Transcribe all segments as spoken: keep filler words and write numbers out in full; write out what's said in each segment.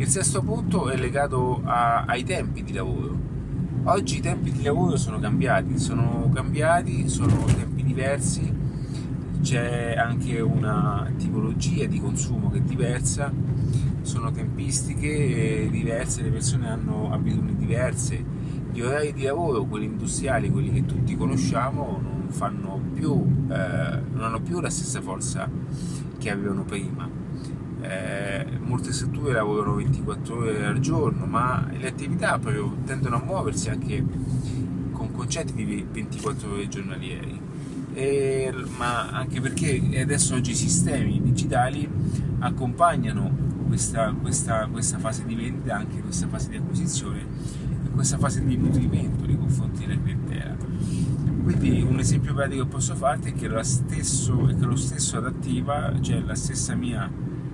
Il sesto punto è legato a, ai tempi di lavoro. Oggi i tempi di lavoro sono cambiati, sono cambiati, sono tempi diversi, c'è anche una tipologia di consumo che è diversa, sono tempistiche diverse, le persone hanno abitudini diverse, gli orari di lavoro, quelli industriali, quelli che tutti conosciamo, non fanno più, eh, non hanno più la stessa forza che avevano prima. Eh, molte strutture lavorano ventiquattro ore al giorno, ma le attività proprio tendono a muoversi anche con concetti di ventiquattro ore giornalieri, e, ma anche perché adesso oggi i sistemi digitali accompagnano questa, questa, questa fase di vendita, anche questa fase di acquisizione e questa fase di nutrimento nei confronti della clientela. Quindi un esempio pratico che posso farti è che, lo stesso, è che lo stesso adattiva, cioè la stessa mia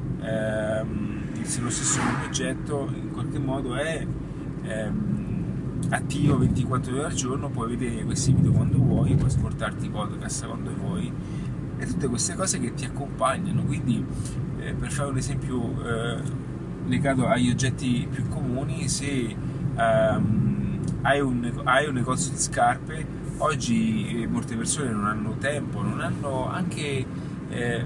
ehm, lo stesso oggetto in qualche modo è ehm, attivo ventiquattro ore al giorno, puoi vedere questi video quando vuoi, puoi ascoltarti i podcast quando vuoi, e tutte queste cose che ti accompagnano. Quindi eh, per fare un esempio eh, legato agli oggetti più comuni, se ehm, hai, un, hai un negozio di scarpe, oggi eh, molte persone non hanno tempo, non hanno anche eh,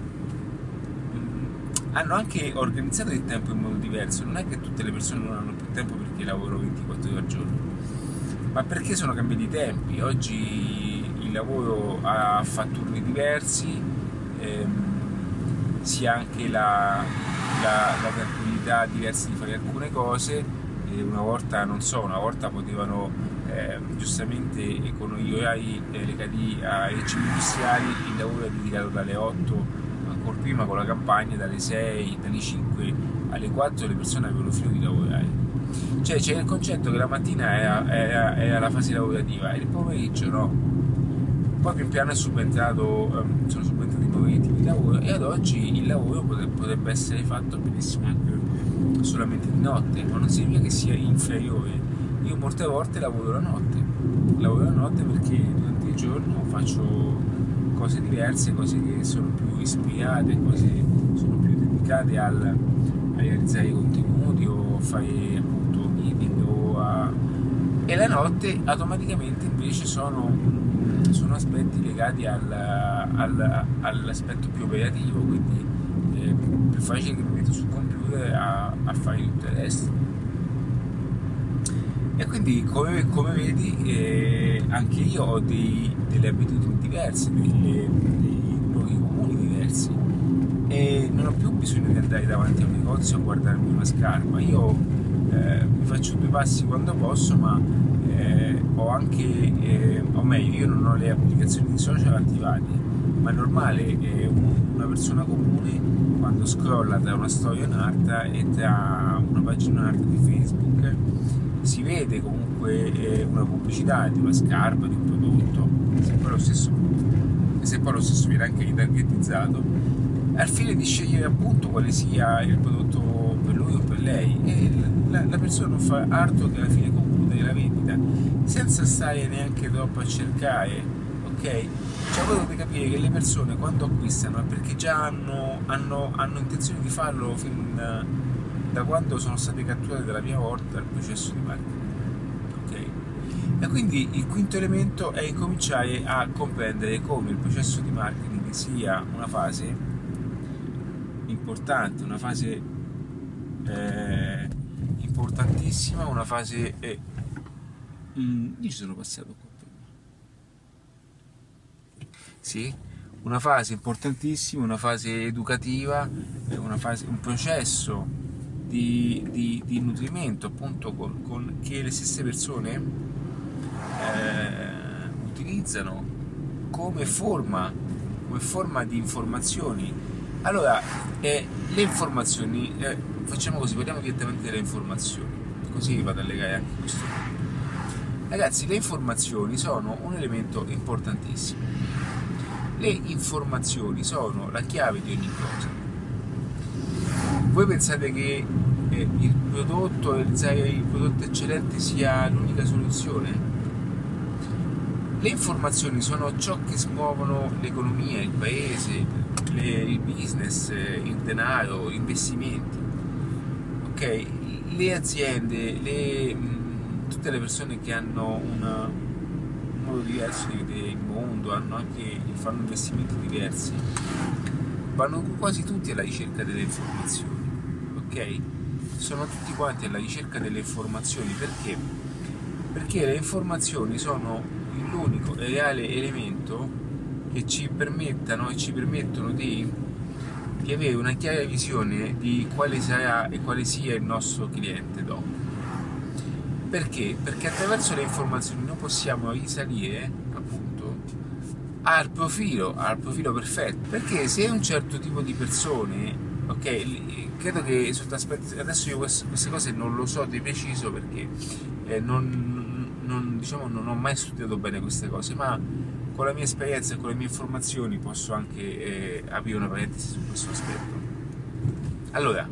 hanno anche organizzato il tempo in modo diverso. Non è che tutte le persone non hanno più tempo perché lavorano ventiquattro ore al giorno, ma perché sono cambiati i tempi. Oggi il lavoro ha fatturni diversi, ehm, si ha anche la, la, la tranquillità diversa di fare alcune cose. E una volta, non so, una volta potevano eh, giustamente con gli orari eh, legati ai regimi industriali, il lavoro è dedicato dalle otto, ancora prima con la campagna, dalle sei, dalle cinque alle quattro le persone avevano finito di lavorare. Cioè c'è il concetto che la mattina era, era, era la fase lavorativa e il pomeriggio no. Poi pian piano è subentrato, um, sono subentrati nuovi tipi di lavoro, e ad oggi il lavoro potrebbe, potrebbe essere fatto benissimo anche solamente di notte, ma non significa che sia inferiore. Io molte volte lavoro la notte, lavoro la notte perché durante il giorno faccio cose diverse, cose che sono più ispirate, cose che sono più dedicate al, a realizzare contenuti o a fare appunto meeting o a... e la notte automaticamente invece sono, sono aspetti legati al, al, all'aspetto più operativo, quindi è più facile che mi metto sul computer a, a fare tutto il resto. E quindi come, come vedi eh, anche io ho dei, delle abitudini diverse, delle, dei luoghi comuni diversi, e non ho più bisogno di andare davanti a un negozio a guardarmi una scarpa. Io eh, mi faccio due passi quando posso, ma eh, ho anche, eh, o meglio, io non ho le applicazioni di social attivate, ma è normale che una persona comune quando scrolla tra una storia e un'altra e tra una pagina e un'altra di Facebook si vede comunque eh, una pubblicità di una scarpa, di un prodotto, se poi lo stesso, se poi lo stesso viene anche ritargetizzato, al fine di scegliere appunto quale sia il prodotto per lui o per lei, e la, la persona non fa altro che alla fine concludere la vendita senza stare neanche troppo a cercare, ok? Cioè voi dovete capire che le persone quando acquistano è perché già hanno, hanno, hanno intenzione di farlo fin da, da quando sono state catturate dalla prima volta dal processo di marketing, ok? E quindi il quinto elemento è incominciare a comprendere come il processo di marketing sia una fase importante, una fase eh, importantissima, una fase eh, mm, io ci sono passato qua prima. Sì, una fase importantissima, una fase educativa, una fase, un processo di, di, di nutrimento appunto con, con che le stesse persone eh, utilizzano come forma, come forma di informazioni. Allora, eh, le informazioni, eh, facciamo così, parliamo direttamente delle informazioni, così vado a legare anche questo punto. Ragazzi, le informazioni sono un elemento importantissimo. Le informazioni sono la chiave di ogni cosa. Voi pensate che eh, il prodotto, realizzare il prodotto eccellente sia l'unica soluzione? Le informazioni sono ciò che smuovono l'economia, il paese, le, il business, il denaro, gli investimenti. Ok? le aziende, le, mh, tutte le persone che hanno una, un modo diverso di vedere il mondo, hanno anche, fanno investimenti diversi, vanno quasi tutti alla ricerca delle informazioni, ok? Sono tutti quanti alla ricerca delle informazioni, perché? Perché le informazioni sono l'unico e reale elemento che ci permettano e ci permettono di, di avere una chiara visione di quale sarà e quale sia il nostro cliente dopo. Perché? Perché attraverso le informazioni noi possiamo risalire appunto al profilo, al profilo perfetto. Perché se un certo tipo di persone, ok, credo che sotto aspetti, adesso io queste cose non lo so di preciso perché eh, non, non, diciamo, non ho mai studiato bene queste cose, ma con la mia esperienza e con le mie informazioni posso anche eh, aprire una parentesi su questo aspetto. Allora,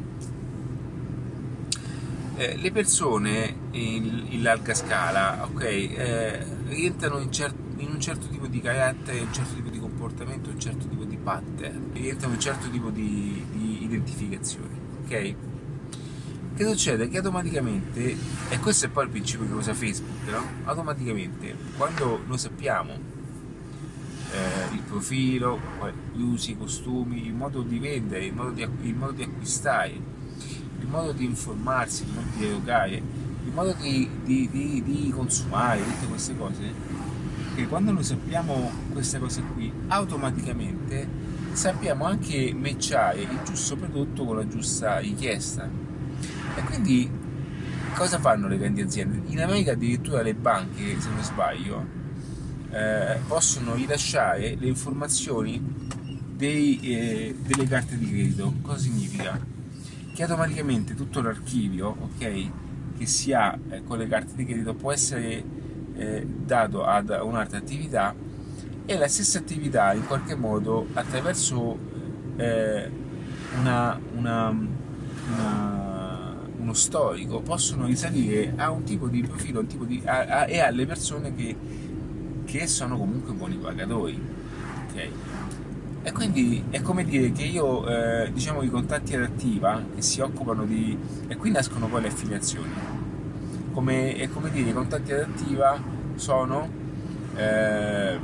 eh, le persone in, in larga scala, ok, eh, rientrano in, cer- in un certo tipo di carattere, un certo tipo di comportamento, un certo tipo di pattern, rientrano in un certo tipo di, di identificazioni, ok? Che succede? Che automaticamente, e questo è poi il principio che usa Facebook, no? Automaticamente, quando noi sappiamo eh, il profilo, gli usi, i costumi, il modo di vendere, il modo di, il modo di acquistare, il modo di informarsi, il modo di erogare, il modo di, di, di, di consumare, tutte queste cose, che quando noi sappiamo queste cose qui, automaticamente sappiamo anche matchare il giusto prodotto con la giusta richiesta. E quindi cosa fanno le grandi aziende? In America addirittura le banche, se non sbaglio, eh, possono rilasciare le informazioni dei, eh, delle carte di credito. Cosa significa? Che automaticamente tutto l'archivio, ok, che si ha eh, con le carte di credito può essere eh, dato ad un'altra attività, e la stessa attività in qualche modo attraverso eh, una, una, una uno storico possono risalire a un tipo di profilo, un tipo di, a, a, e alle persone che, che sono comunque buoni pagatori, ok? E quindi è come dire che io eh, diciamo i contatti adattiva che si occupano di, e qui nascono poi le affiliazioni, come, è come dire i contatti adattiva sono eh,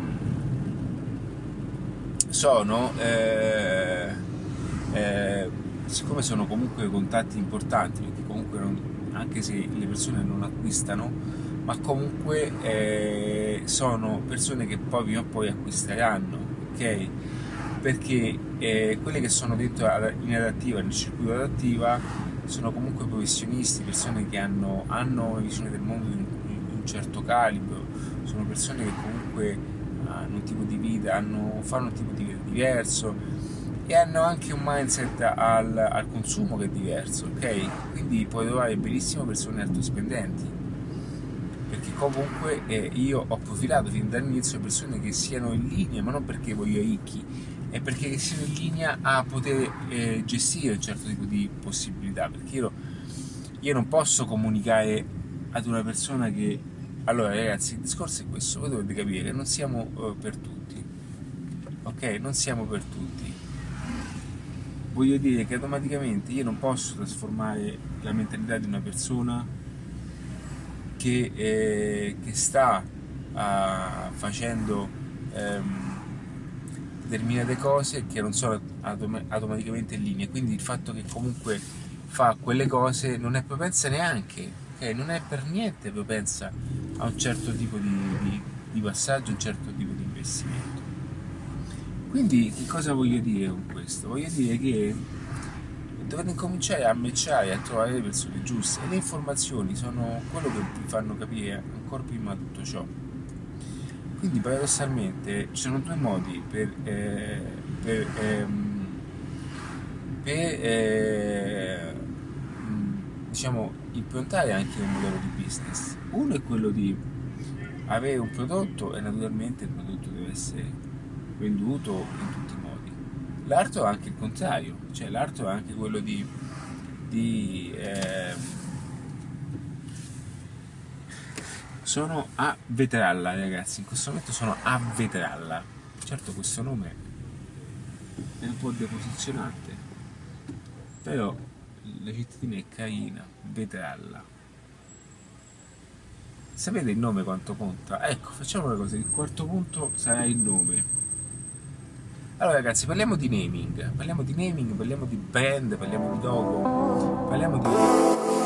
sono eh, eh, siccome sono comunque contatti importanti, perché comunque non, anche se le persone non acquistano, ma comunque eh, sono persone che poi prima o poi acquisteranno, ok? Perché eh, quelle che sono dentro in adattiva, nel circuito adattiva, sono comunque professionisti, persone che hanno, hanno una visione del mondo di un, di un certo calibro, sono persone che comunque hanno un tipo di vita, hanno, fanno un tipo di vita diverso, e hanno anche un mindset al, al consumo che è diverso, ok? Quindi puoi trovare benissimo persone altospendenti, perché comunque eh, io ho profilato fin dall'inizio persone che siano in linea, ma non perché voglio ricchi, è perché che siano in linea a poter eh, gestire un certo tipo di possibilità, perché io, io non posso comunicare ad una persona che... Allora ragazzi, il discorso è questo, voi dovete capire che non siamo uh, per tutti, ok? Non siamo per tutti. Voglio dire che automaticamente io non posso trasformare la mentalità di una persona che, eh, che sta uh, facendo um, determinate cose che non sono autom- automaticamente in linea, quindi il fatto che comunque fa quelle cose non è propensa neanche, ok? Non è per niente propensa a un certo tipo di, di, di passaggio, un certo tipo di investimento. Quindi che cosa voglio dire con questo? Voglio dire che dovete cominciare a matchare, a trovare le persone giuste, e le informazioni sono quello che vi fanno capire ancora prima tutto ciò. Quindi paradossalmente ci sono due modi per, eh, per, ehm, per eh, diciamo improntare anche un modello di business. Uno è quello di avere un prodotto, e naturalmente il prodotto deve essere venduto in tutti i modi. L'altro è anche il contrario, cioè l'altro è anche quello di, di eh, sono a vetralla, ragazzi, in questo momento sono a vetralla. Certo questo nome è un po' deposizionante, però la cittadina è Caina, Vetralla. Sapete il nome quanto conta? Ecco, facciamo una cosa, il quarto punto sarà il nome. Allora ragazzi, parliamo di naming, parliamo di naming, parliamo di brand, parliamo di logo, parliamo di